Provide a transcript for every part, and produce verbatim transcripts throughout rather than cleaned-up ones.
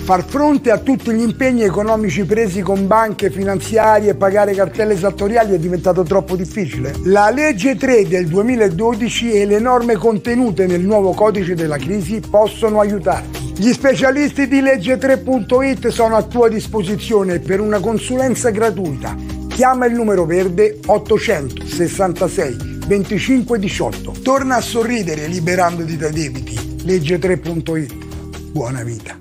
Far fronte a tutti gli impegni economici presi con banche, finanziarie e pagare cartelle esattoriali è diventato troppo difficile. La legge tre del duemiladodici e le norme contenute nel nuovo codice della crisi possono aiutarti. Gli specialisti di legge tre punto it sono a tua disposizione per una consulenza gratuita. Chiama il numero verde ottocentosessantasei venticinque diciotto. Torna a sorridere liberandoti dai debiti. Legge tre punto it. Buona vita.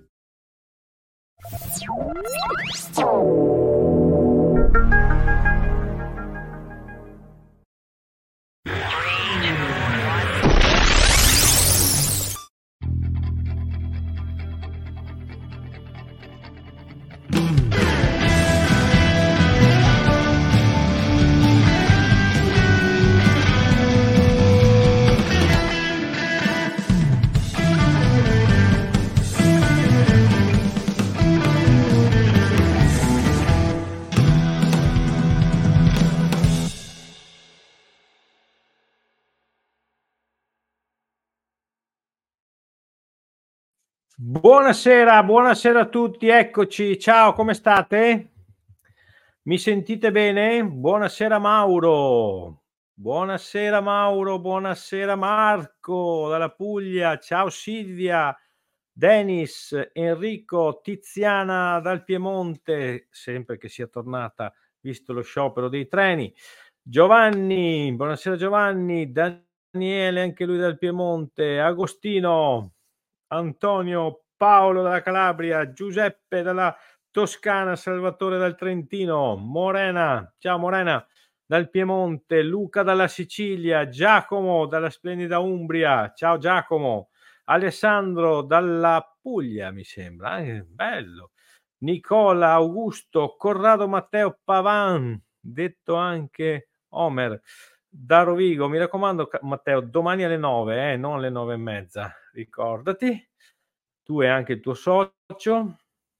Buonasera, buonasera a tutti, eccoci, ciao, come state? Mi sentite bene? Buonasera Mauro, buonasera Mauro, buonasera Marco dalla Puglia, ciao Silvia, Denis, Enrico, Tiziana dal Piemonte, sempre che sia tornata visto lo sciopero dei treni, Giovanni, buonasera Giovanni, Daniele, anche lui dal Piemonte, Agostino, Antonio, Paolo dalla Calabria, Giuseppe dalla Toscana, Salvatore dal Trentino, Morena, ciao Morena dal Piemonte, Luca dalla Sicilia, Giacomo dalla splendida Umbria, ciao Giacomo, Alessandro dalla Puglia mi sembra, eh, bello, Nicola, Augusto, Corrado Matteo Pavan, detto anche Omer, da Rovigo, mi raccomando Matteo, domani alle nove, eh, non alle nove e mezza, ricordati, tu e anche il tuo socio.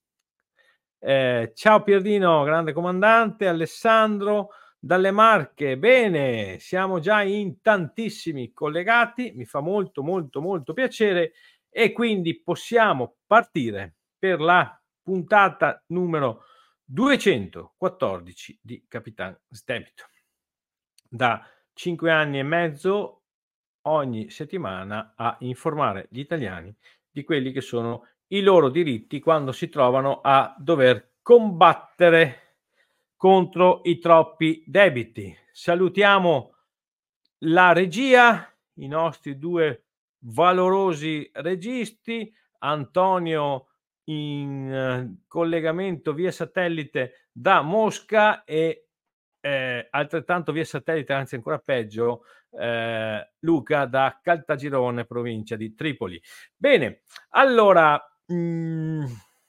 Eh, ciao Pierdino, grande comandante, Alessandro dalle Marche, bene, siamo già in tantissimi collegati, mi fa molto molto molto piacere e quindi possiamo partire per la puntata numero duecentoquattordici di Capitan Sdebito. Da cinque anni e mezzo ogni settimana a informare gli italiani di quelli che sono i loro diritti quando si trovano a dover combattere contro i troppi debiti. Salutiamo la regia, i nostri due valorosi registi, Antonio in eh, collegamento via satellite da Mosca e eh, altrettanto via satellite, anzi ancora peggio, eh, Luca da Caltagirone, provincia di Tripoli. Bene, allora, mh,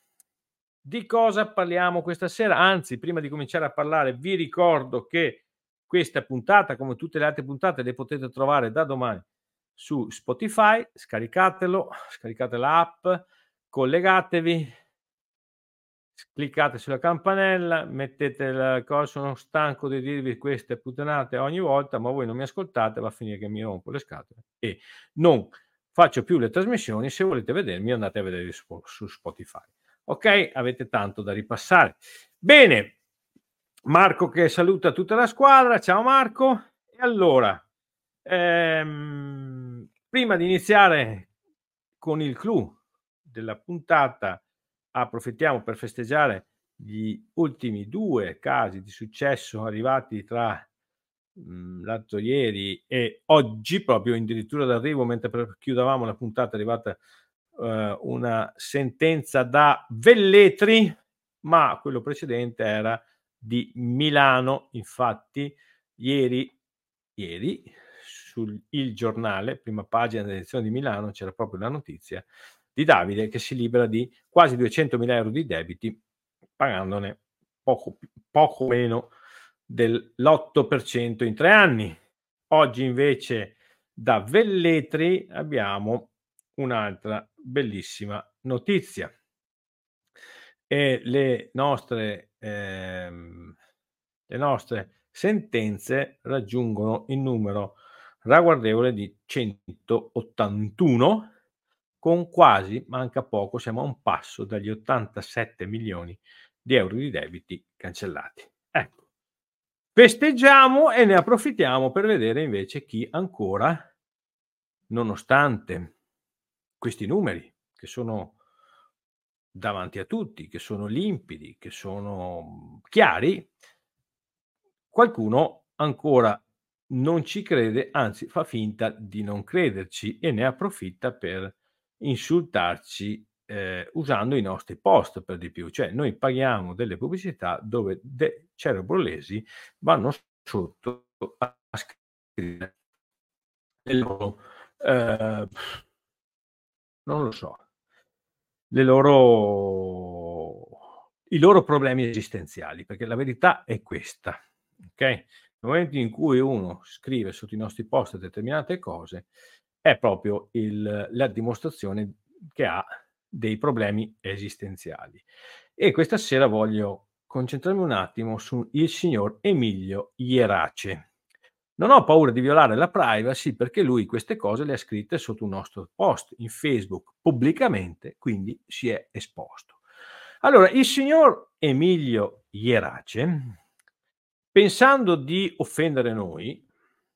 di cosa parliamo questa sera? Anzi, prima di cominciare a parlare, vi ricordo che questa puntata, come tutte le altre puntate, le potete trovare da domani su Spotify. Scaricatelo, scaricate l'app, collegatevi, cliccate sulla campanella, mettete la cosa. Sono stanco di dirvi queste puttanate ogni volta, ma voi non mi ascoltate, va a finire che mi rompo le scatole e non faccio più le trasmissioni. Se volete vedermi, andate a vedere su, su Spotify. Ok, avete tanto da ripassare. Bene, Marco che saluta tutta la squadra. Ciao Marco. E allora, ehm, prima di iniziare con il clou della puntata, approfittiamo per festeggiare gli ultimi due casi di successo arrivati tra mh, l'altro ieri e oggi, proprio addirittura d'arrivo, mentre chiudavamo la puntata è arrivata uh, una sentenza da Velletri, ma quello precedente era di Milano. Infatti ieri, ieri sul Il Giornale, prima pagina dell'edizione di Milano, c'era proprio la notizia di Davide che si libera di quasi duecentomila euro di debiti pagandone poco, poco meno dell'otto per cento in tre anni. Oggi invece da Velletri abbiamo un'altra bellissima notizia. E le nostre, ehm, le nostre sentenze raggiungono il numero ragguardevole di centottantuno, con quasi, manca poco, siamo a un passo dagli ottantasette milioni di euro di debiti cancellati. Ecco, festeggiamo e ne approfittiamo per vedere invece chi ancora, nonostante questi numeri che sono davanti a tutti, che sono limpidi, che sono chiari, qualcuno ancora non ci crede, anzi fa finta di non crederci e ne approfitta per insultarci eh, usando i nostri post per di più. Cioè noi paghiamo delle pubblicità dove dei cerebrolesi vanno sotto a scrivere le loro, eh, non lo so, le loro, i loro problemi esistenziali, perché la verità è questa, ok? Nel momento in cui uno scrive sotto i nostri post determinate cose, è proprio il, la dimostrazione che ha dei problemi esistenziali. E questa sera voglio concentrarmi un attimo sul signor Emilio Ierace. Non ho paura di violare la privacy perché lui queste cose le ha scritte sotto un nostro post in Facebook pubblicamente, quindi si è esposto. Allora, il signor Emilio Ierace, pensando di offendere noi,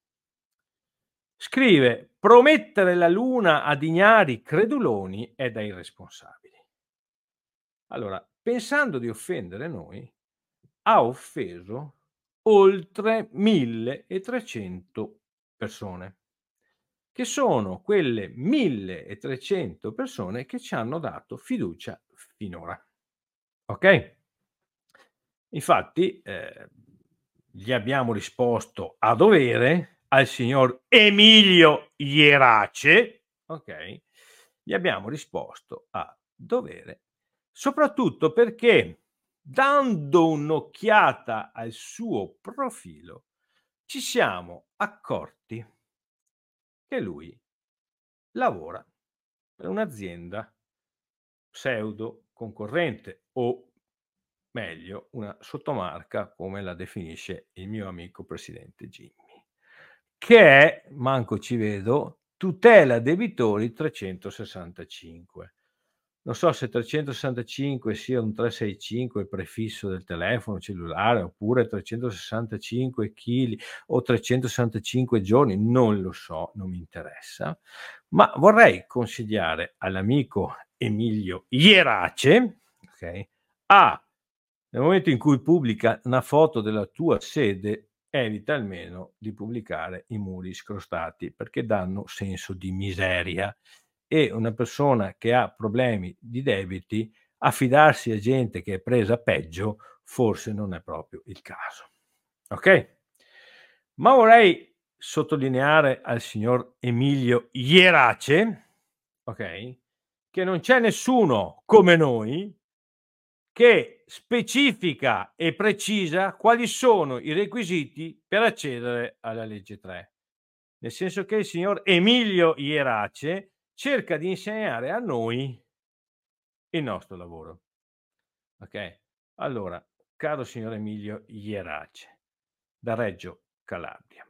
scrive: promettere la luna ad ignari creduloni è da irresponsabili. Allora, pensando di offendere noi, ha offeso oltre milletrecento persone, che sono quelle milletrecento persone che ci hanno dato fiducia finora. Ok? Infatti, eh, gli abbiamo risposto a dovere al signor Emilio Ierace, ok? Gli abbiamo risposto a dovere, soprattutto perché dando un'occhiata al suo profilo ci siamo accorti che lui lavora per un'azienda pseudo concorrente, o meglio una sottomarca, come la definisce il mio amico presidente Jimmy, che è, manco ci vedo, tutela debitori trecentosessantacinque. Non so se trecentosessantacinque sia un trecentosessantacinque il prefisso del telefono cellulare, oppure trecentosessantacinque chili o trecentosessantacinque giorni, non lo so, non mi interessa, ma vorrei consigliare all'amico Emilio Ierace, ok, a, nel momento in cui pubblica una foto della tua sede, evita almeno di pubblicare i muri scrostati, perché danno senso di miseria. E una persona che ha problemi di debiti, affidarsi a gente che è presa peggio, forse non è proprio il caso. Ok? Ma vorrei sottolineare al signor Emilio Ierace, ok, che non c'è nessuno come noi che specifica e precisa quali sono i requisiti per accedere alla legge tre. Nel senso che il signor Emilio Ierace cerca di insegnare a noi il nostro lavoro. Ok? Allora, caro signor Emilio Ierace, da Reggio Calabria,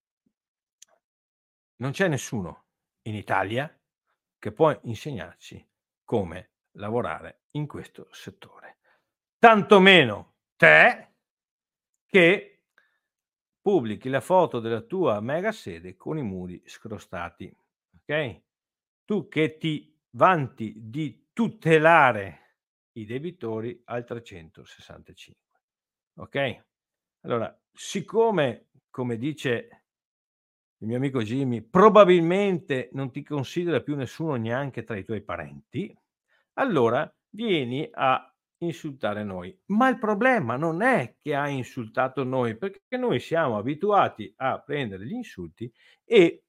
non c'è nessuno in Italia che può insegnarci come lavorare in questo settore. Tantomeno te, che pubblichi la foto della tua mega sede con i muri scrostati. Ok? Tu che ti vanti di tutelare i debitori al trecentosessantacinque. Ok? Allora, siccome, come dice il mio amico Jimmy, probabilmente non ti considera più nessuno neanche tra i tuoi parenti, allora vieni a insultare noi. Ma il problema non è che hai insultato noi, perché noi siamo abituati a prendere gli insulti e,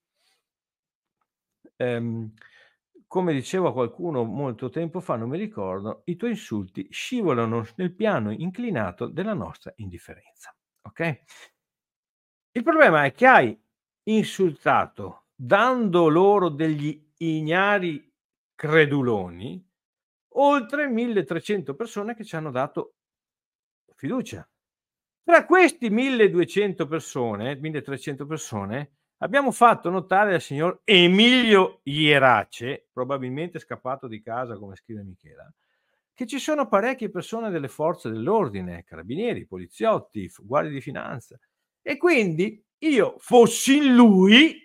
ehm, come diceva qualcuno molto tempo fa, non mi ricordo, i tuoi insulti scivolano nel piano inclinato della nostra indifferenza. Ok? Il problema è che hai insultato, dando loro degli ignari creduloni, oltre milletrecento persone che ci hanno dato fiducia. Tra questi milleduecento persone, milletrecento persone, abbiamo fatto notare al signor Emilio Ierace, probabilmente scappato di casa come scrive Michela, che ci sono parecchie persone delle forze dell'ordine, carabinieri, poliziotti, f- guardie di finanza, e quindi io fossi lui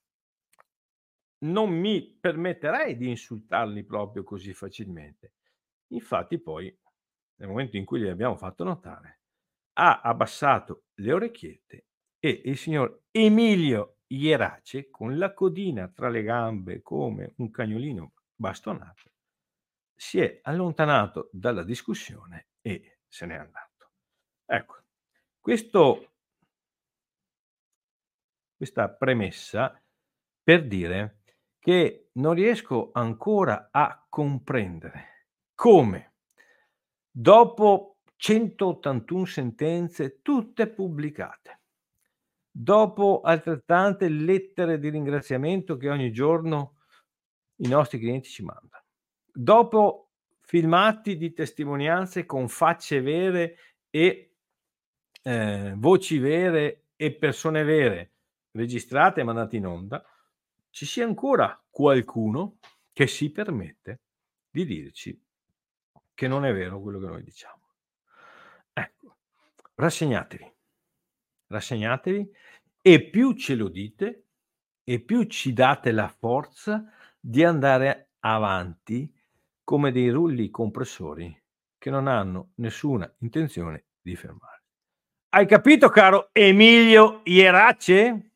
non mi permetterei di insultarli proprio così facilmente. Infatti poi, nel momento in cui gli abbiamo fatto notare, ha abbassato le orecchiette e il signor Emilio Ierace, con la codina tra le gambe come un cagnolino bastonato, si è allontanato dalla discussione e se n'è andato. Ecco, questo, questa premessa per dire che non riesco ancora a comprendere come, dopo centottantuno sentenze, tutte pubblicate, dopo altrettante lettere di ringraziamento che ogni giorno i nostri clienti ci mandano, dopo filmati di testimonianze con facce vere e eh, voci vere e persone vere registrate e mandate in onda, ci sia ancora qualcuno che si permette di dirci che non è vero quello che noi diciamo. Ecco, rassegnatevi, rassegnatevi, e più ce lo dite e più ci date la forza di andare avanti come dei rulli compressori che non hanno nessuna intenzione di fermare. Hai capito, caro Emilio Ierace?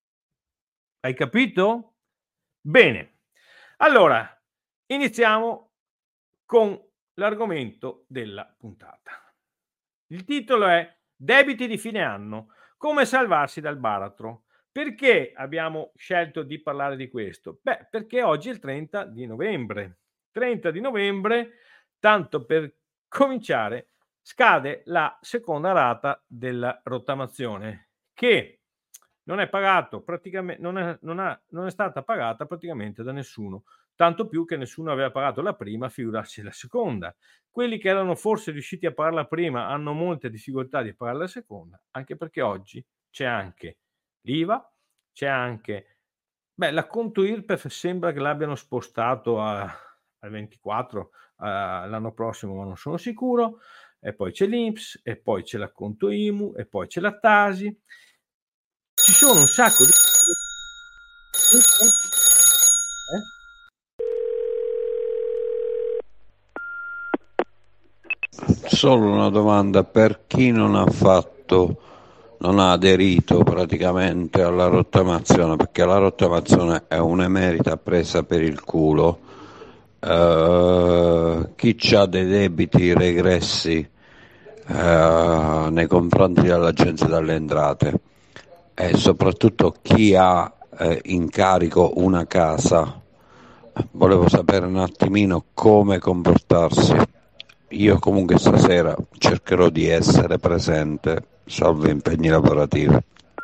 Hai capito? Bene. Allora, iniziamo con l'argomento della puntata. Il titolo è Debiti di fine anno, come salvarsi dal baratro. Perché abbiamo scelto di parlare di questo? Beh, perché oggi è il trenta di novembre. trenta di novembre, tanto per cominciare, scade la seconda rata della rottamazione, che non è pagato praticamente, non è, non ha, non è stata pagata praticamente da nessuno, tanto più che nessuno aveva pagato la prima, figurarsi la seconda. Quelli che erano forse riusciti a pagarla prima hanno molte difficoltà di pagare la seconda, anche perché oggi c'è anche l'I V A, c'è anche, beh, l'acconto I R P E F sembra che l'abbiano spostato a, al ventiquattro uh, l'anno prossimo, ma non sono sicuro, e poi c'è l'I N P S, e poi c'è l'acconto I M U, e poi c'è la Tasi. Ci sono un sacco di... Eh? Solo una domanda: per chi non ha fatto, non ha aderito praticamente alla rottamazione, perché la rottamazione è un'emerita presa per il culo, eh, chi ha dei debiti regressi eh, nei confronti dell'Agenzia delle Entrate, e soprattutto chi ha eh, in carico una casa, volevo sapere un attimino come comportarsi. Io comunque stasera cercherò di essere presente, salvo impegni lavorativi.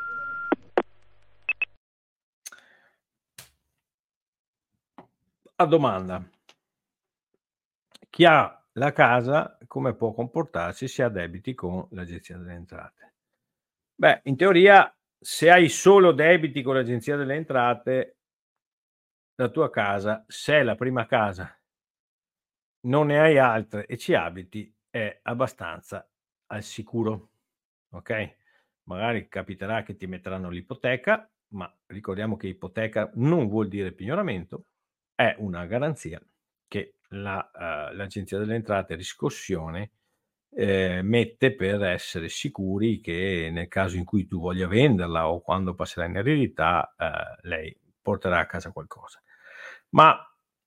A domanda: chi ha la casa come può comportarsi se ha debiti con l'Agenzia delle Entrate? Beh, in teoria, se hai solo debiti con l'Agenzia delle Entrate, la tua casa, se è la prima casa, non ne hai altre e ci abiti, è abbastanza al sicuro, ok? Magari capiterà che ti metteranno l'ipoteca, ma ricordiamo che ipoteca non vuol dire pignoramento, è una garanzia che la, uh, l'Agenzia delle Entrate riscossione eh, mette per essere sicuri che nel caso in cui tu voglia venderla o quando passerà in eredità, eh, lei porterà a casa qualcosa. Ma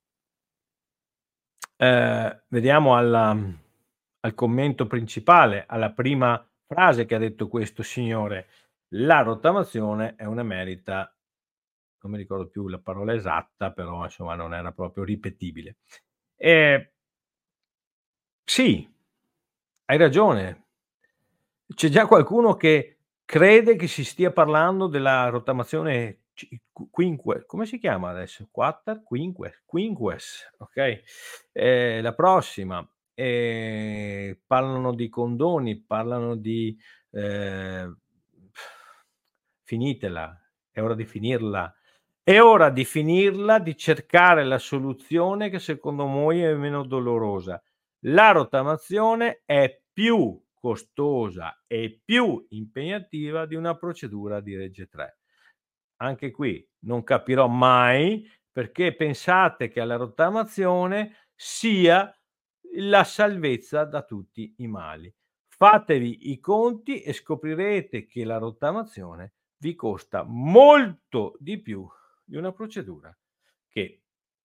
eh, vediamo alla, al commento principale, alla prima frase che ha detto questo signore: la rottamazione è un'emerita, non mi ricordo più la parola esatta, però insomma non era proprio ripetibile. Eh, sì, hai ragione. C'è già qualcuno che crede che si stia parlando della rottamazione ci- quinque, come si chiama adesso? Quater, quinque, quinques, ok? Eh, la prossima. Eh, parlano di condoni, parlano di eh, finitela, è è ora di finirla. È ora di finirla, di cercare la soluzione che secondo voi è meno dolorosa. La rottamazione è più costosa e più impegnativa di una procedura di legge tre. Anche qui non capirò mai perché pensate che la rottamazione sia la salvezza da tutti i mali. Fatevi i conti e scoprirete che la rottamazione vi costa molto di più di una procedura che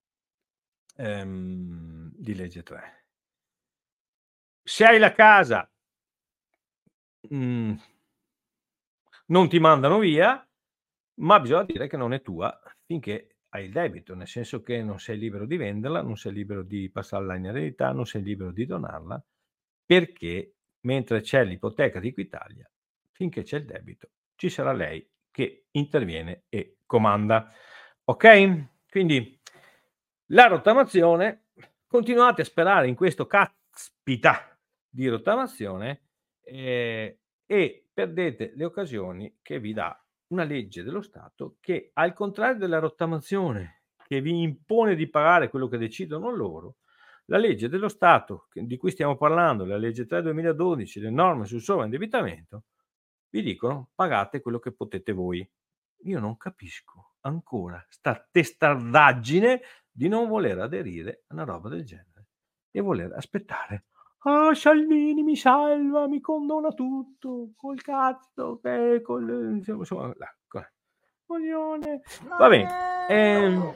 ehm, di legge tre. Se hai la casa, mh, non ti mandano via, ma bisogna dire che non è tua finché hai il debito, nel senso che non sei libero di venderla, non sei libero di passarla in eredità, non sei libero di donarla, perché mentre c'è l'ipoteca di Equitalia, finché c'è il debito, ci sarà lei che interviene e comanda. Ok? Quindi la rottamazione, continuate a sperare in questo caspita di rottamazione eh, e perdete le occasioni che vi dà una legge dello Stato che, al contrario della rottamazione che vi impone di pagare quello che decidono loro, la legge dello Stato di cui stiamo parlando, la legge tre duemiladodici, le norme sul sovraindebitamento, vi dicono pagate quello che potete voi. Io non capisco ancora sta testardaggine di non voler aderire a una roba del genere e voler aspettare. Ah, Salvini mi salva, mi condona tutto, col cazzo, che col insomma, là, coglione. Va bene. Ehm,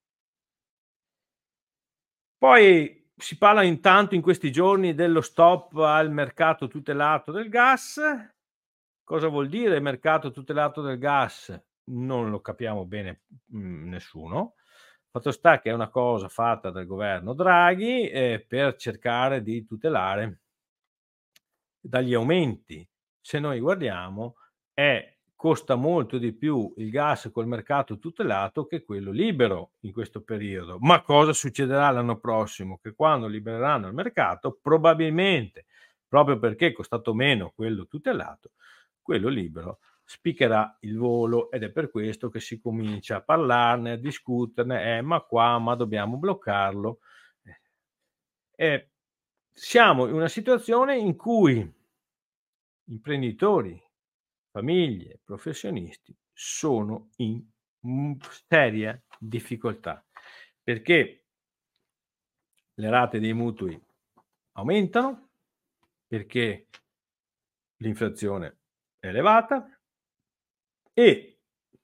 poi si parla intanto in questi giorni dello stop al mercato tutelato del gas. Cosa vuol dire mercato tutelato del gas? Non lo capiamo bene mh, nessuno. Fatto sta che è una cosa fatta dal governo Draghi eh, per cercare di tutelare dagli aumenti. Se noi guardiamo, è, costa molto di più il gas col mercato tutelato che quello libero in questo periodo. Ma cosa succederà l'anno prossimo? Che quando libereranno il mercato, probabilmente, proprio perché è costato meno quello tutelato, quello libero spiccherà il volo ed è per questo che si comincia a parlarne, a discuterne, eh, ma qua, ma dobbiamo bloccarlo. Eh, siamo in una situazione in cui imprenditori, famiglie, professionisti sono in seria difficoltà perché le rate dei mutui aumentano, perché l'inflazione è elevata e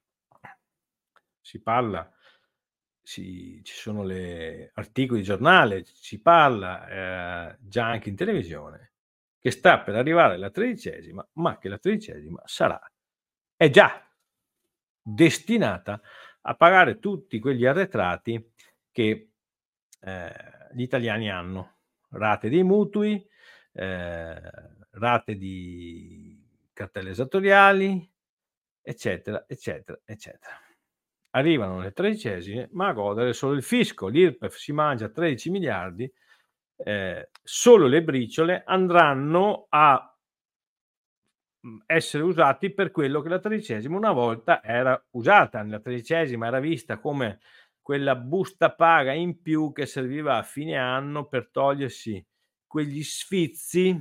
si parla, si, ci sono le articoli di giornale, si parla eh, già anche in televisione che sta per arrivare la tredicesima, ma che la tredicesima sarà, è già destinata a pagare tutti quegli arretrati che eh, gli italiani hanno, rate dei mutui, eh, rate di cartelle esattoriali, eccetera, eccetera, eccetera. Arrivano le tredicesime, ma a godere solo il fisco. L'I R P E F si mangia tredici miliardi, eh, solo le briciole andranno a essere usati per quello che la tredicesima una volta era usata. La tredicesima era vista come quella busta paga in più che serviva a fine anno per togliersi quegli sfizi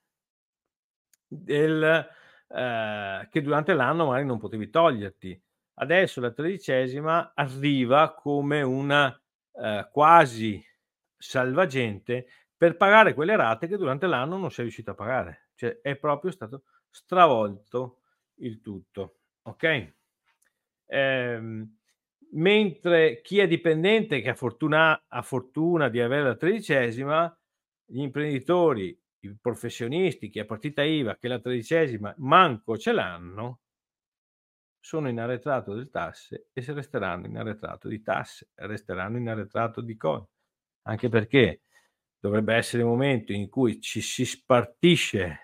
del, eh, che durante l'anno magari non potevi toglierti. Adesso la tredicesima arriva come una eh, quasi salvagente per pagare quelle rate che durante l'anno non sei riuscito a pagare. Cioè è proprio stato stravolto il tutto, ok? Ehm, mentre chi è dipendente, che ha fortuna, ha fortuna di avere la tredicesima, gli imprenditori, i professionisti, chi è partita I V A, che la tredicesima manco ce l'hanno, sono in arretrato del tasse e se resteranno in arretrato di tasse, resteranno in arretrato di cose, anche perché dovrebbe essere il momento in cui ci si spartisce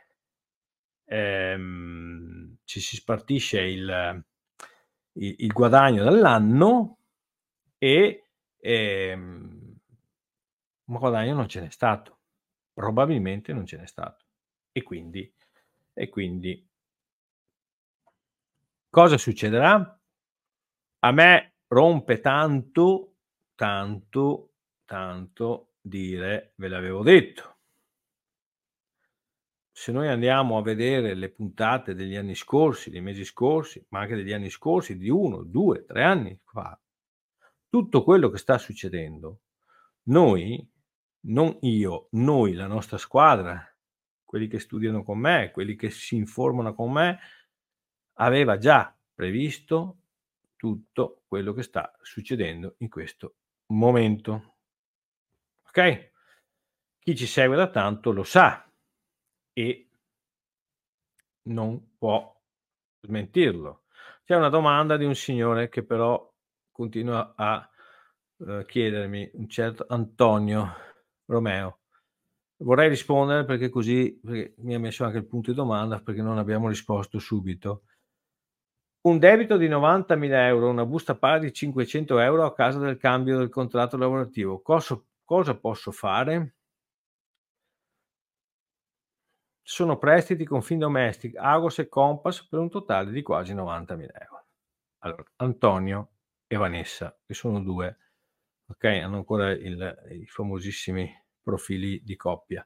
ehm, ci si spartisce il, il, il guadagno dall'anno e ehm, ma guadagno non ce n'è stato, probabilmente non ce n'è stato e quindi, e quindi cosa succederà? A me rompe tanto, tanto, tanto dire: "Ve l'avevo detto". Se noi andiamo a vedere le puntate degli anni scorsi, dei mesi scorsi, ma anche degli anni scorsi, di uno, due, tre anni fa, tutto quello che sta succedendo, noi, non io, noi, la nostra squadra, quelli che studiano con me, quelli che si informano con me, aveva già previsto tutto quello che sta succedendo in questo momento. Okay? Chi ci segue da tanto lo sa e non può smentirlo. C'è una domanda di un signore che però continua a, uhm, chiedermi, un certo Antonio Romeo. Vorrei rispondere perché così perché mi ha messo anche il punto di domanda, perché non abbiamo risposto subito. Un debito di novantamila euro, una busta paga di cinquecento euro a causa del cambio del contratto lavorativo. Coso cosa posso fare? Sono prestiti con Findomestic, Agos e Compass per un totale di quasi novantamila euro. Allora, Antonio e Vanessa, che sono due, okay, hanno ancora il i famosissimi profili di coppia.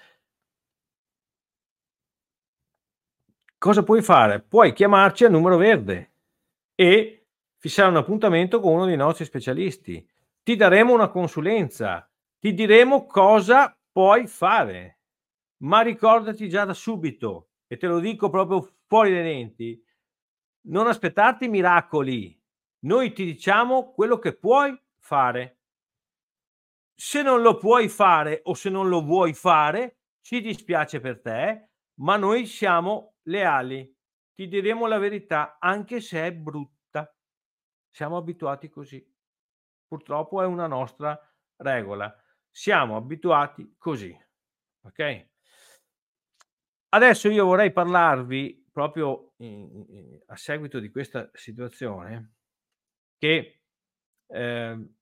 Cosa puoi fare? Puoi chiamarci al numero verde e fissare un appuntamento con uno dei nostri specialisti. Ti daremo una consulenza, ti diremo cosa puoi fare. Ma ricordati già da subito, e te lo dico proprio fuori dai denti, non aspettarti miracoli. Noi ti diciamo quello che puoi fare. Se non lo puoi fare o se non lo vuoi fare, ci dispiace per te, ma noi siamo leali. Ti diremo la verità anche se è brutta. Siamo abituati così. Purtroppo è una nostra regola. Siamo abituati così. Okay? Adesso io vorrei parlarvi proprio in in a seguito di questa situazione che, ehm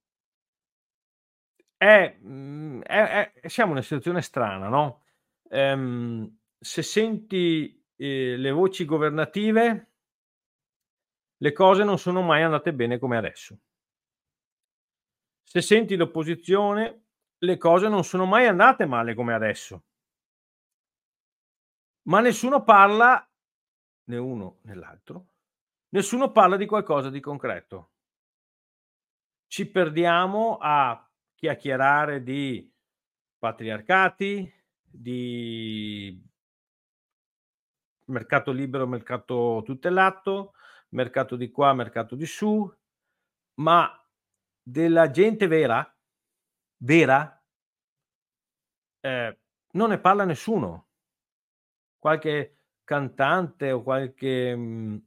è mhmm, è è siamo in una situazione strana, no, ehm, se senti, ehm, le voci governative, le cose non sono mai andate bene come adesso. Se senti l'opposizione, le cose non sono mai andate male come adesso. Ma nessuno parla, né uno né l'altro, nessuno parla di qualcosa di concreto. Ci perdiamo a chiacchierare di patriarcati, di mercato libero, mercato tutelato, mercato di qua, mercato di su, ma della gente vera, vera, ehm, non ne parla nessuno. Qualche cantante o qualche, mhmm,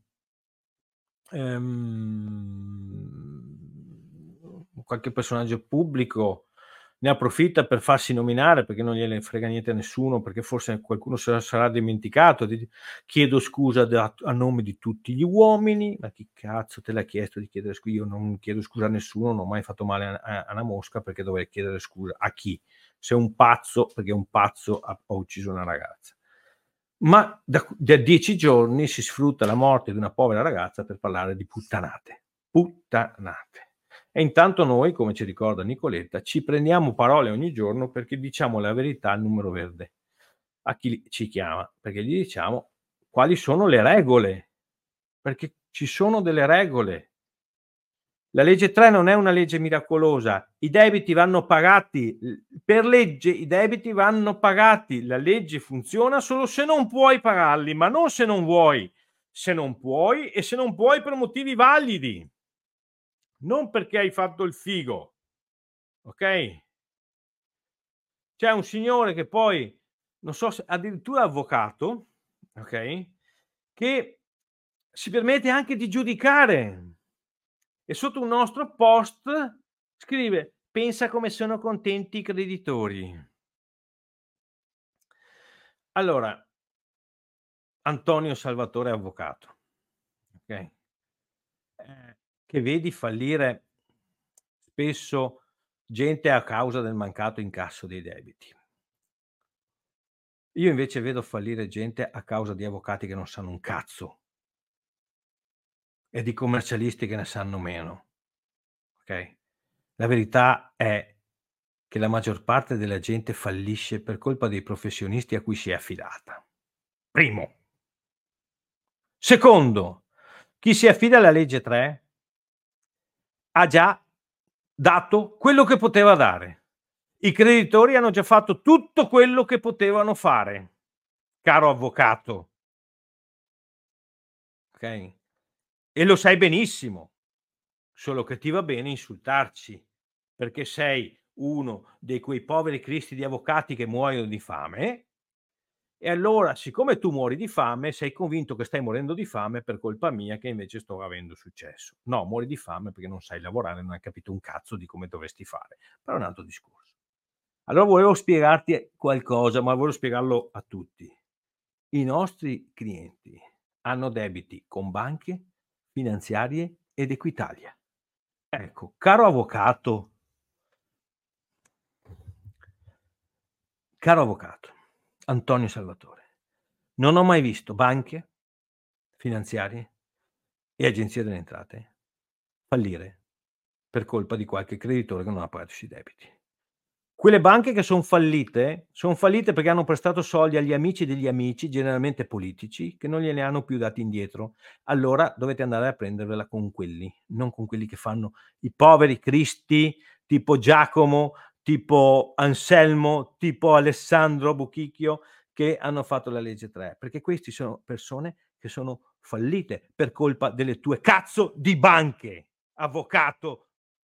ehm, qualche personaggio pubblico ne approfitta per farsi nominare, perché non gliene frega niente a nessuno, perché forse qualcuno se la sarà dimenticato di chiedo scusa da a nome di tutti gli uomini. Ma chi cazzo te l'ha chiesto di chiedere scu io non chiedo scusa a nessuno, non ho mai fatto male a a a una mosca, perché dovrei chiedere scusa a chi? Se un pazzo, perché un pazzo ha ha ucciso una ragazza. Ma da da dieci giorni si sfrutta la morte di una povera ragazza per parlare di puttanate. Puttanate. E intanto noi, come ci ricorda Nicoletta, ci prendiamo parole ogni giorno perché diciamo la verità al numero verde, a chi ci chiama, perché gli diciamo quali sono le regole, perché ci sono delle regole. La legge tre non è una legge miracolosa, i debiti vanno pagati, l per legge i debiti vanno pagati, la legge funziona solo se non puoi pagarli, ma non se non vuoi. Se non puoi e se non puoi per motivi validi, non perché hai fatto il figo, okay? C'è un signore che poi, non so se addirittura avvocato, okay, che si permette anche di giudicare. E sotto un nostro post scrive: "Pensa come sono contenti i creditori". Allora, Antonio Salvatore avvocato, okay, ehm, che vedi fallire spesso gente a causa del mancato incasso dei debiti. Io invece vedo fallire gente a causa di avvocati che non sanno un cazzo. e di commercialisti che ne sanno meno. Ok? La verità è che la maggior parte della gente fallisce per colpa dei professionisti a cui si è affidata. Primo. Secondo, chi si affida alla legge tre ha già dato quello che poteva dare. I creditori hanno già fatto tutto quello che potevano fare, caro avvocato. Ok? E lo sai benissimo, solo che ti va bene insultarci, perché sei uno di quei poveri cristi di avvocati che muoiono di fame, e allora, siccome tu muori di fame, sei convinto che stai morendo di fame per colpa mia che invece sto avendo successo. No, muori di fame perché non sai lavorare, non hai capito un cazzo di come dovresti fare. Però è un altro discorso. Allora volevo spiegarti qualcosa, ma volevo spiegarlo a tutti. I nostri clienti hanno debiti con banche, finanziarie ed Equitalia. Ecco, caro avvocato, caro avvocato Antonio Salvatore, non ho mai visto banche, finanziarie e agenzie delle entrate fallire per colpa di qualche creditore che non ha pagato i suoi debiti. Quelle banche che son fallite, son fallite perché hanno prestato soldi agli amici degli amici, generalmente politici, che non gliene hanno più dati indietro. Allora dovete andare a prendervela con quelli, non con quelli che fanno i poveri cristi, tipo Giacomo, tipo Anselmo, tipo Alessandro Buchicchio, che hanno fatto la legge tre, perché questi sono persone che sono fallite per colpa delle tue cazzo di banche, avvocato.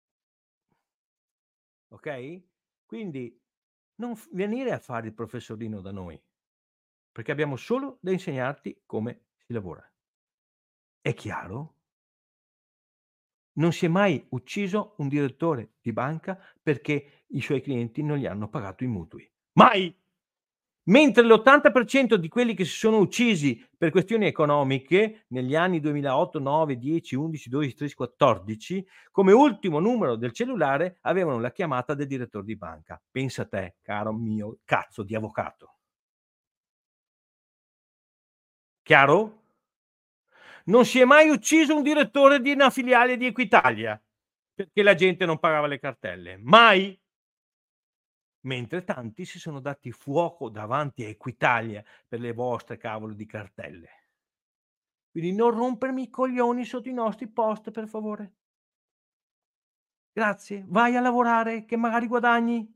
Okay? Quindi non f venire a fare il professorino da noi, perché abbiamo solo da insegnarti come si lavora. È chiaro? Non si è mai ucciso un direttore di banca perché i suoi clienti non gli hanno pagato i mutui. Mai! Mentre l'ottanta per cento di quelli che si sono uccisi per questioni economiche negli anni duemilaotto, nove, dieci, undici, dodici, tredici, quattordici, come ultimo numero del cellulare avevano la chiamata del direttore di banca. Pensa te, caro mio cazzo di avvocato. Chiaro? Non si è mai ucciso un direttore di una filiale di Equitalia perché la gente non pagava le cartelle. Mai! Mentre tanti si sono dati fuoco davanti a Equitalia per le vostre cavolo di cartelle. Quindi non rompermi i coglioni sotto i nostri post, per favore. Grazie, vai a lavorare che magari guadagni.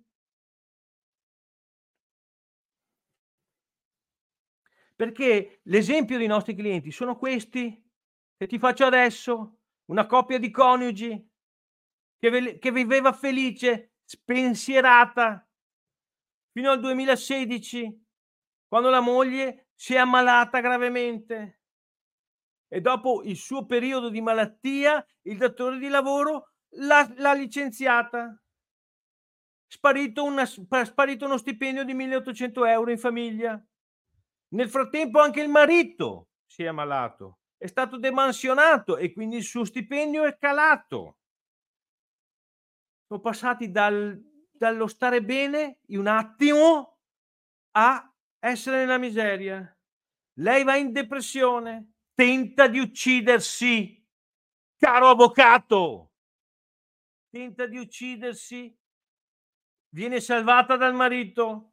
Perché l'esempio dei nostri clienti sono questi che ti faccio adesso, una coppia di coniugi che ve che viveva felice, spensierata fino al duemilasedici, quando la moglie si è ammalata gravemente e dopo il suo periodo di malattia il datore di lavoro l'ha l'ha licenziata. Sparito una spa sparito uno stipendio di milleottocento euro in famiglia. Nel frattempo anche il marito si è ammalato, è stato demansionato e quindi il suo stipendio è calato. Sono passati dal dallo stare bene in un attimo a essere nella miseria. Lei va in depressione, tenta di uccidersi, caro avvocato. Tenta di uccidersi, viene salvata dal marito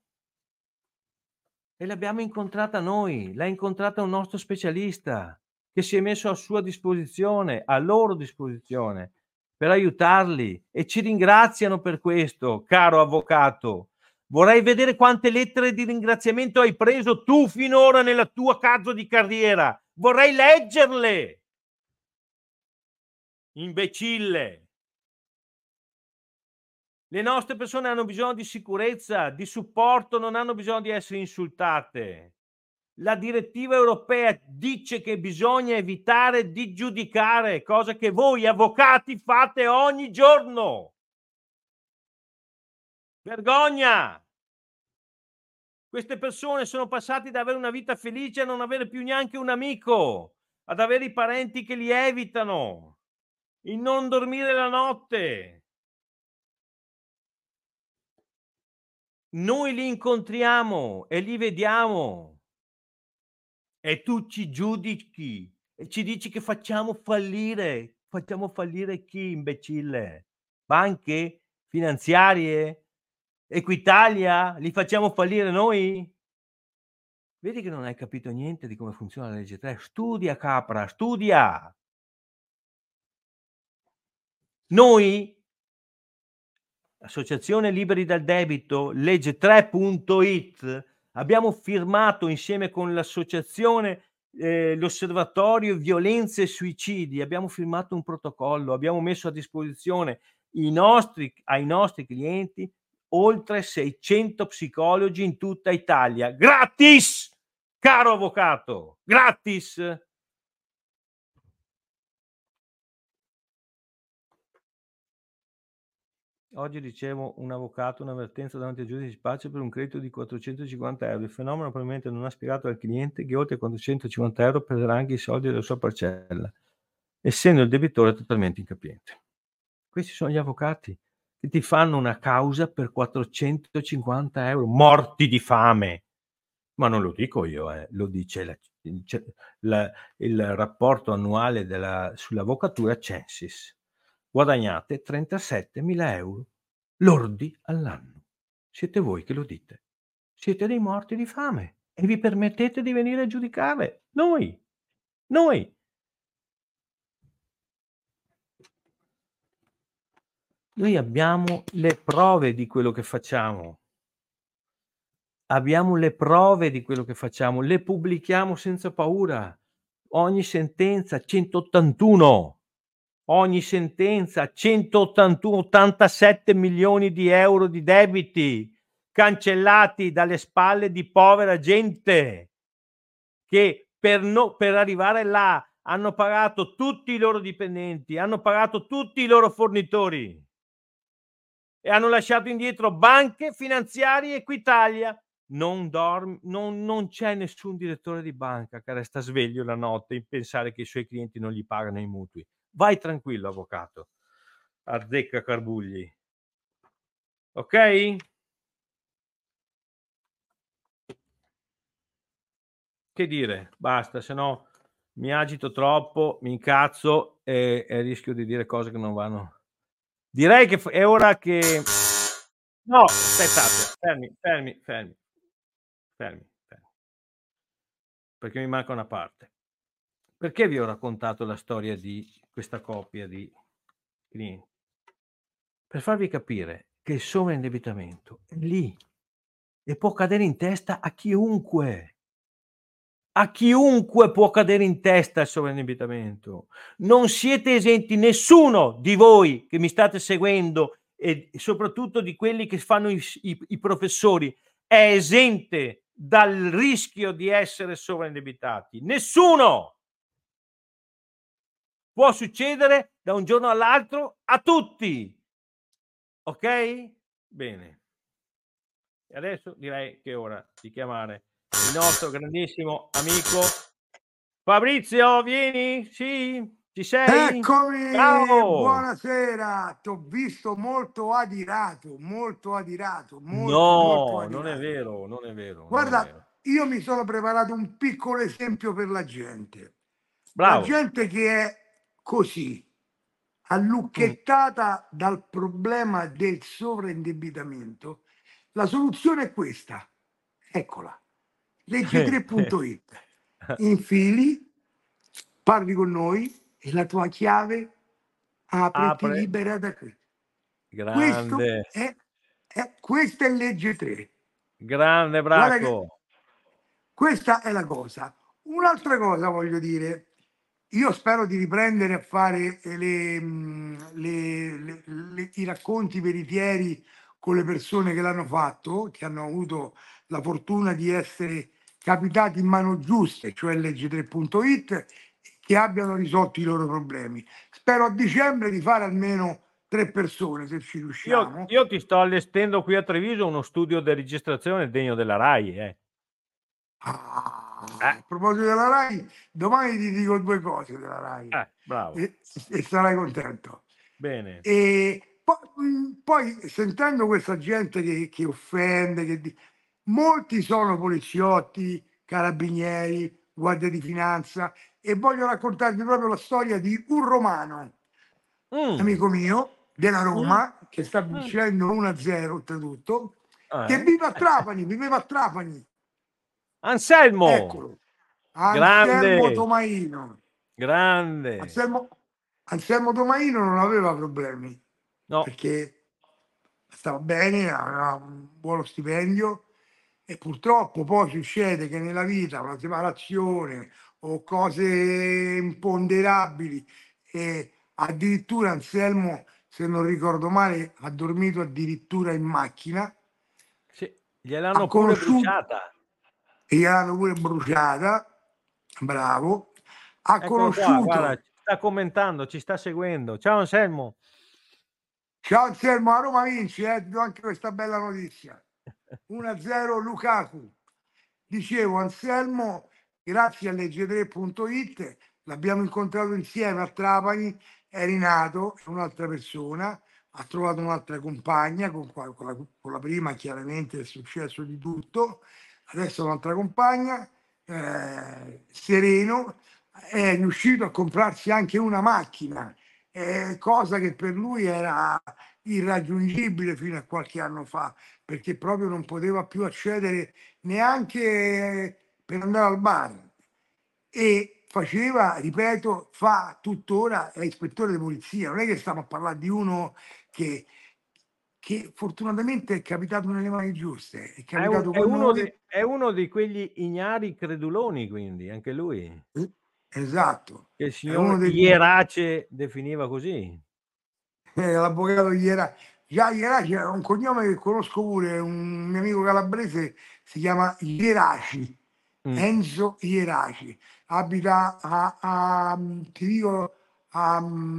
e l'abbiamo incontrata noi, l'ha incontrata un nostro specialista che si è messo a sua disposizione, a loro disposizione, per aiutarli e ci ringraziano per questo, caro avvocato. Vorrei vedere quante lettere di ringraziamento hai preso tu finora nella tua cazzo di carriera. Vorrei leggerle. Imbecille. Le nostre persone hanno bisogno di sicurezza, di supporto, non hanno bisogno di essere insultate. La direttiva europea dice che bisogna evitare di giudicare, cosa che voi avvocati fate ogni giorno. Vergogna! Queste persone sono passati da avere una vita felice a non avere più neanche un amico, ad avere i parenti che li evitano, il non dormire la notte. Noi li incontriamo e li vediamo e tu ci giudichi e ci dici che facciamo fallire. Facciamo fallire chi, imbecille? Banche? Finanziarie? Equitalia? Li facciamo fallire noi? Vedi che non hai capito niente di come funziona la legge tre? Studia, capra, studia! Noi, Associazione Liberi dal Debito, legge tre punto it, abbiamo firmato insieme con l'associazione eh, l'osservatorio violenze e suicidi, abbiamo firmato un protocollo, abbiamo messo a disposizione i nostri, ai nostri clienti oltre seicento psicologi in tutta Italia, gratis, caro avvocato, gratis. Oggi ricevo un avvocato un'avvertenza davanti al giudice di pace per un credito di quattrocentocinquanta euro. Il fenomeno probabilmente non ha spiegato al cliente che oltre quattrocentocinquanta euro perderà anche i soldi della sua parcella, essendo il debitore totalmente incapiente. Questi sono gli avvocati che ti fanno una causa per quattrocentocinquanta euro, morti di fame. Ma non lo dico io, eh, lo dice la, la, il rapporto annuale della, sull'avvocatura Censis. Guadagnate trentasettemila euro lordi all'anno. Siete voi che lo dite. Siete dei morti di fame e vi permettete di venire a giudicare. Noi, noi. Noi abbiamo le prove di quello che facciamo. Abbiamo le prove di quello che facciamo, le pubblichiamo senza paura. Ogni sentenza, centottantuno. Ogni sentenza, centottantuno, ottantasette milioni di euro di debiti cancellati dalle spalle di povera gente che per, no, per arrivare là hanno pagato tutti i loro dipendenti, hanno pagato tutti i loro fornitori e hanno lasciato indietro banche, finanziarie, Equitalia. Non, dorm- non, non c'è nessun direttore di banca che resta sveglio la notte in pensare che i suoi clienti non gli pagano i mutui. Vai tranquillo, avvocato. Azzecca Carbugli. Ok? Che dire? Basta, se no mi agito troppo, mi incazzo e, e rischio di dire cose che non vanno. Direi che è ora che... No, aspettate, fermi, fermi, fermi. Fermi, fermi. Perché mi manca una parte. Perché vi ho raccontato la storia di questa coppia di clienti? Per farvi capire che il sovraindebitamento è lì e può cadere in testa a chiunque. A chiunque può cadere in testa il sovraindebitamento. Non siete esenti, nessuno di voi che mi state seguendo e soprattutto di quelli che fanno i, i, i professori è esente dal rischio di essere sovraindebitati. Nessuno! Può succedere da un giorno all'altro a tutti. Ok? Bene. E adesso direi che è ora di chiamare il nostro grandissimo amico Fabrizio, vieni? Sì? Ci sei? Eccomi, Ciao! buonasera, ti ho visto molto adirato, molto adirato, molto, molto No, non è adirato. vero, non è vero. Non è Guarda, vero. io mi sono preparato un piccolo esempio per la gente. Bravo. La gente che è così, Mm. allucchettata dal problema del sovraindebitamento, la soluzione è questa. Eccola, legge tre punto it. Infili, parli con noi e la tua chiave apre e ti Apre. libera da qui. Questo Grande, è, è- questa è legge tre. grande Guarda che Bracco. questa è la cosa. Un'altra cosa voglio dire, io spero di riprendere a fare eh, le, mm, le- le- le- i racconti veritieri con le persone che l'hanno fatto, che hanno avuto la fortuna di essere capitati in mano giuste, cioè legge tre punto it, che abbiano risolto i loro problemi. Spero a dicembre di fare almeno tre persone, se ci Io, riusciamo. io ti sto allestendo qui a Treviso uno studio di registrazione degno della RAI. Eh. Ah, Eh, a proposito della Rai, domani ti dico due cose della Rai eh, bravo. e, e sarai contento. Bene. E poi, poi sentendo questa gente che, che offende, che di- molti sono poliziotti, carabinieri, Guardia di Finanza, e voglio raccontarvi proprio la storia di un romano, Mm. amico mio, della Mm. Roma, che sta Mm. vincendo uno a zero oltretutto, Ah, che eh? vive a Trapani, viveva a Trapani. Anselmo, Eccolo, Anselmo grande, Tomaino. grande. Anselmo, Anselmo Tomaino non aveva problemi, No, perché stava bene, aveva un buono stipendio, e purtroppo poi succede che nella vita una separazione o cose imponderabili, e addirittura Anselmo, se non ricordo male, ha dormito addirittura in macchina, sì, ha gliel'hanno pure conosciuto, bruciata. e gliel'hanno pure bruciata, bravo, ha Eccolo qua, guarda, conosciuto. ci sta commentando, ci sta seguendo. Ciao Anselmo. Ciao Anselmo, a Roma vince, eh? Ti do anche questa bella notizia. uno a zero Lukaku. Dicevo, Anselmo, grazie a legge tre punto it, l'abbiamo incontrato insieme a Trapani, è rinato, è un'altra persona, ha trovato un'altra compagna, con, con, la, con la prima chiaramente è successo di tutto, adesso un'altra compagna, eh, sereno, è riuscito a comprarsi anche una macchina, eh, cosa che per lui era irraggiungibile fino a qualche anno fa, perché proprio non poteva più accedere neanche per andare al bar, e faceva, ripeto, fa tuttora, è ispettore di polizia, non è che stiamo a parlare di uno che, che fortunatamente è capitato nelle mani giuste, è È, un- capitato è con uno noi. di, è uno di quegli ignari creduloni, quindi, anche lui, eh, esatto, che il è uno signor degli, Ierace definiva così. eh, l'avvocato Iera, già Ieraci è un cognome che conosco pure, un mio amico calabrese si chiama Ieraci, Mm. Enzo Ieraci, abita a, a- ti dico, a,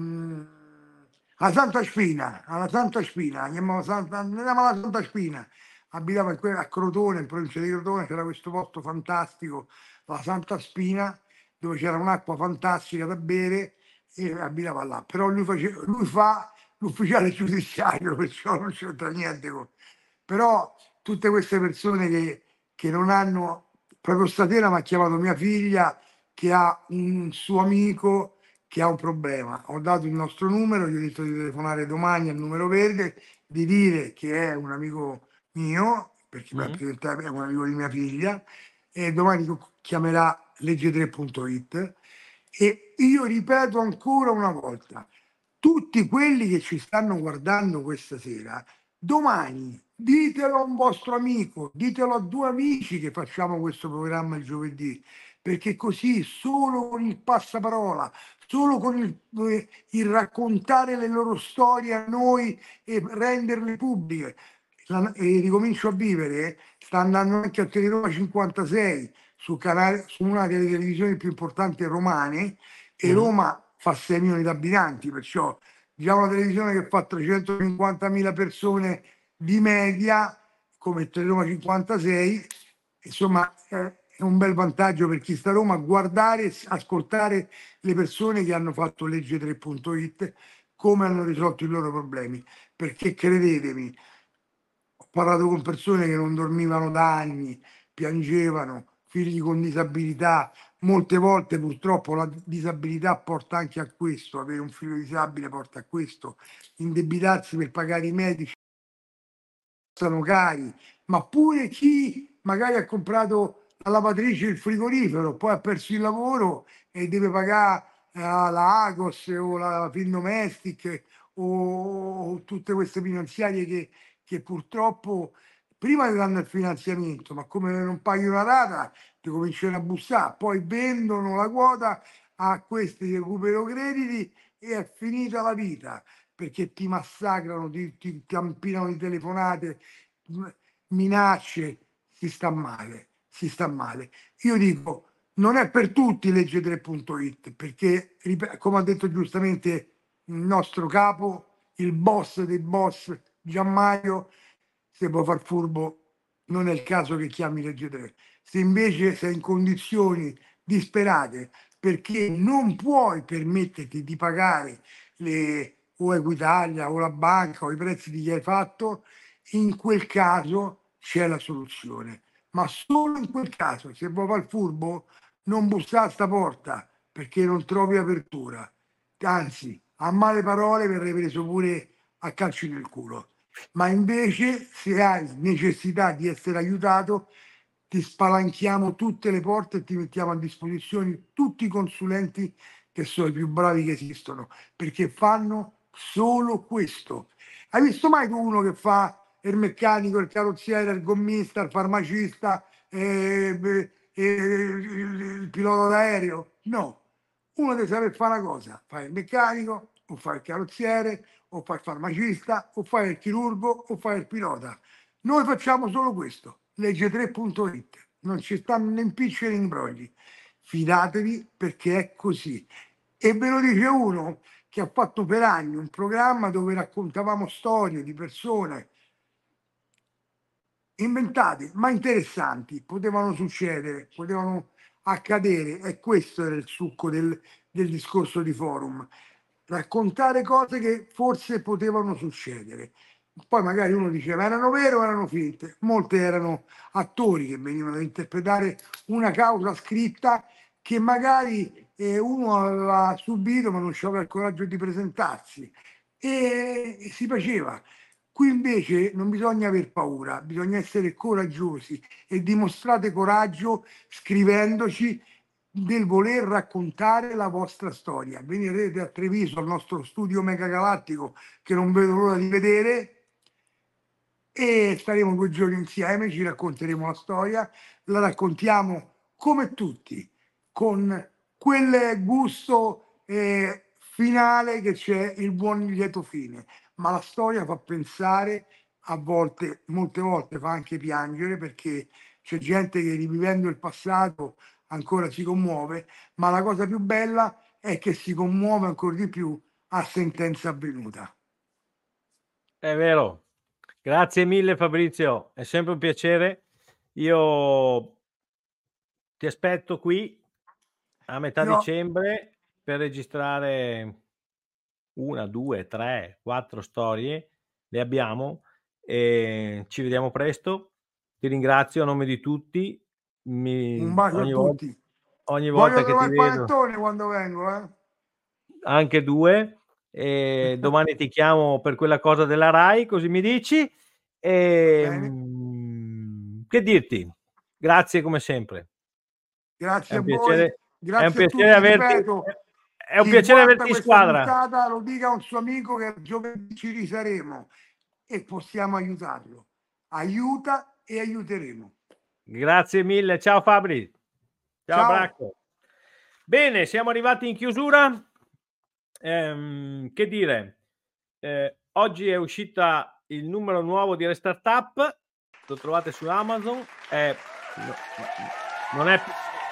a Santa Spina, alla Santa Spina, andiamo, Santa, andiamo alla Santa Spina, abitava in que- a Crotone, in provincia di Crotone, c'era questo posto fantastico, la Santa Spina, dove c'era un'acqua fantastica da bere, e abitava là, però lui, face, lui fa l'ufficiale giudiziario, perciò non c'entra niente con... Però tutte queste persone che, che non hanno, proprio stasera mi ha chiamato mia figlia che ha un suo amico che ha un problema, ho dato il nostro numero, gli ho detto di telefonare domani al numero verde, di dire che è un amico mio, perché Mm. è un amico di mia figlia, e domani chiamerà legge tre punto it. E io ripeto ancora una volta, tutti quelli che ci stanno guardando questa sera, domani ditelo a un vostro amico, ditelo a due amici che facciamo questo programma il giovedì, perché così solo con il passaparola, solo con il, eh, il raccontare le loro storie a noi e renderle pubbliche, la, e ricomincio a vivere, sta andando anche a Teleroma cinquantasei, su, canale, su una delle televisioni più importanti romane, e Mm. Roma fa sei milioni di abitanti, perciò diciamo una televisione che fa trecentocinquantamila persone di media, come Teleroma cinquantasei, insomma è un bel vantaggio per chi sta a Roma guardare e ascoltare le persone che hanno fatto legge tre punto it, come hanno risolto i loro problemi, perché credetemi, ho parlato con persone che non dormivano da anni, piangevano, figli con disabilità, molte volte purtroppo la disabilità porta anche a questo, avere un figlio disabile porta a questo, indebitarsi per pagare i medici sono cari, ma pure chi magari ha comprato la lavatrice e il frigorifero, poi ha perso il lavoro e deve pagare eh, la Agos o la Findomestic o tutte queste finanziarie che, che purtroppo prima ti danno il finanziamento, ma come non paghi una rata ti cominciano a bussare, poi vendono la quota a questi recupero crediti e è finita la vita, perché ti massacrano, ti, ti campinano di telefonate, minacce, si sta male, si sta male. Io dico, non è per tutti legge tre punto it, perché, come ha detto giustamente il nostro capo, il boss dei boss, Gianmaio, se può far furbo non è il caso che chiami legge tre. Se invece sei in condizioni disperate perché non puoi permetterti di pagare le, o Equitalia o la banca o i prezzi che gli hai fatto, in quel caso c'è la soluzione. Ma solo in quel caso, se vuoi fare il furbo, non bussare a sta porta perché non trovi apertura, anzi a male parole verrai preso pure a calci nel culo, ma invece se hai necessità di essere aiutato ti spalanchiamo tutte le porte e ti mettiamo a disposizione tutti i consulenti che sono i più bravi che esistono, perché fanno solo questo. Hai visto mai tu uno che fa il meccanico, il carrozziere, il gommista, il farmacista, eh, eh, il, il pilota d'aereo? No, uno deve sapere fare una cosa: fai il meccanico, o fai il carrozziere, o fai il farmacista, o fai il chirurgo, o fai il pilota. Noi facciamo solo questo. Legge tre punto it, non ci stanno né impicci né imbrogli. Fidatevi perché è così. E ve lo dice uno che ha fatto per anni un programma dove raccontavamo storie di persone inventate ma interessanti, potevano succedere, potevano accadere, e questo era il succo del, del discorso di Forum: raccontare cose che forse potevano succedere. Poi magari uno diceva erano vere o erano finte, molte erano attori che venivano ad interpretare una causa scritta che magari eh, uno aveva subito ma non aveva il coraggio di presentarsi, e, e si faceva. Qui invece non bisogna aver paura, bisogna essere coraggiosi, e dimostrate coraggio scrivendoci del voler raccontare la vostra storia. Venirete a Treviso al nostro studio megagalattico che non vedo l'ora di vedere, e staremo due giorni insieme, ci racconteremo la storia, la raccontiamo come tutti, con quel gusto eh, finale che c'è, il buon lieto fine. Ma la storia fa pensare, a volte, molte volte fa anche piangere, perché c'è gente che rivivendo il passato ancora si commuove, ma la cosa più bella è che si commuove ancora di più a sentenza avvenuta. È vero. Grazie mille Fabrizio, è sempre un piacere. Io ti aspetto qui a metà Io, dicembre per registrare una, due, tre, quattro storie. Le abbiamo e ci vediamo presto. Ti ringrazio a nome di tutti. Mi, un bacio a ogni, volta, tutti. ogni Voglio volta che ti trovare il vedo, panettone quando vengo, eh? anche due. E domani ti chiamo per quella cosa della Rai, così mi dici. E, mh, che dirti? Grazie come sempre. È Grazie a un voi, piacere, è un grazie a piacere tutti, averti, ripeto, è un chi piacere guarda averti in questa squadra. puntata lo dica a un suo amico che giovedì ci risaremo e possiamo aiutarlo. Aiuta e aiuteremo. Grazie mille, ciao Fabri. Ciao, Ciao. Bracco. Bene, siamo arrivati in chiusura. Ehm, che dire, eh, oggi è uscita il numero nuovo di Restart Up, lo trovate su Amazon, è, no, non è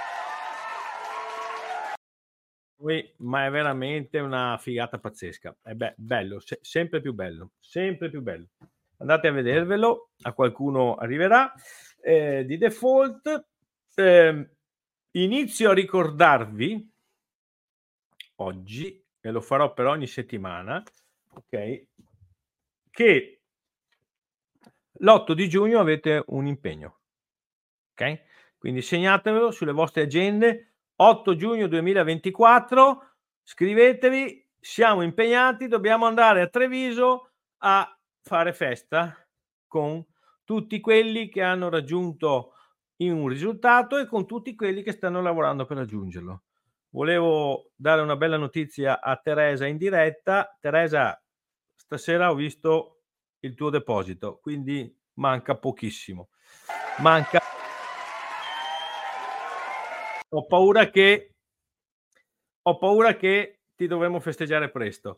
ma è veramente una figata pazzesca. È be- bello, se- sempre più bello, sempre più bello. Andate a vedervelo, a qualcuno arriverà. Eh, di default, eh, inizio a ricordarvi oggi, e lo farò per ogni settimana, ok, che l'otto di giugno avete un impegno, ok? Quindi segnatevelo sulle vostre agende, otto giugno duemilaventiquattro, scrivetevi, siamo impegnati, dobbiamo andare a Treviso a fare festa con tutti quelli che hanno raggiunto un risultato e con tutti quelli che stanno lavorando per raggiungerlo. Volevo dare una bella notizia a Teresa in diretta. Teresa, stasera ho visto il tuo deposito, quindi manca pochissimo. Manca. Ho paura che ho paura che ti dovremo festeggiare presto.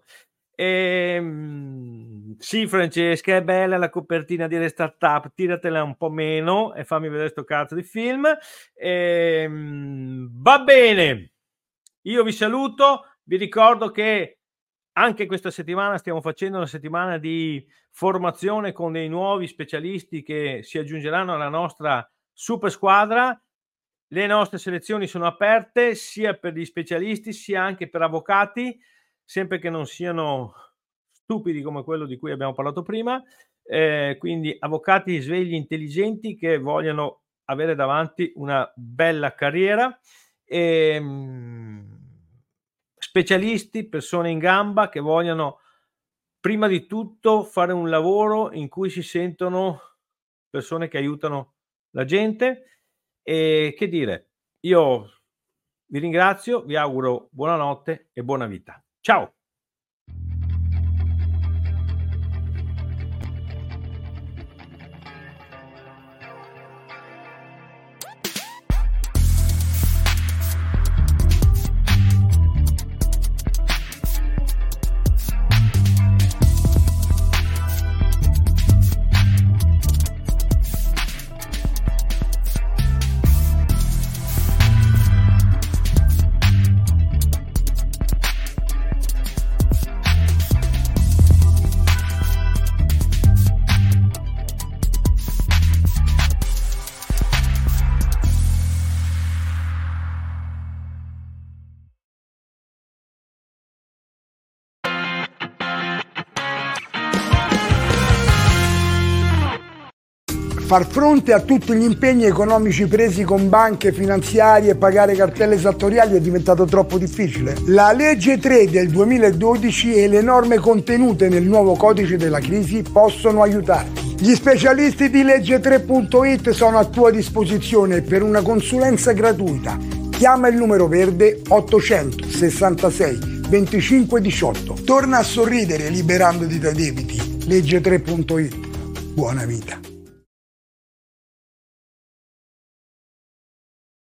Ehm, sì, Francesca, è bella la copertina di Restart Up, tiratela un po' meno e fammi vedere sto cazzo di film. Ehm, va bene, io vi saluto, vi ricordo che anche questa settimana stiamo facendo una settimana di formazione con dei nuovi specialisti che si aggiungeranno alla nostra super squadra. Le nostre selezioni sono aperte sia per gli specialisti sia anche per avvocati, sempre che non siano stupidi come quello di cui abbiamo parlato prima, eh, quindi avvocati svegli, intelligenti, che vogliono avere davanti una bella carriera. ehm, specialisti, persone in gamba che vogliono prima di tutto fare un lavoro in cui si sentono persone che aiutano la gente. E che dire, io vi ringrazio, vi auguro buonanotte e buona vita. Ciao. Far fronte a tutti gli impegni economici presi con banche, finanziarie e pagare cartelle esattoriali è diventato troppo difficile. La legge tre del duemiladodici e le norme contenute nel nuovo codice della crisi possono aiutarti. Gli specialisti di legge tre punto it sono a tua disposizione per una consulenza gratuita. Chiama il numero verde ottocentosessantasei venticinque diciotto. Torna a sorridere liberandoti dai debiti. legge tre punto it. Buona vita.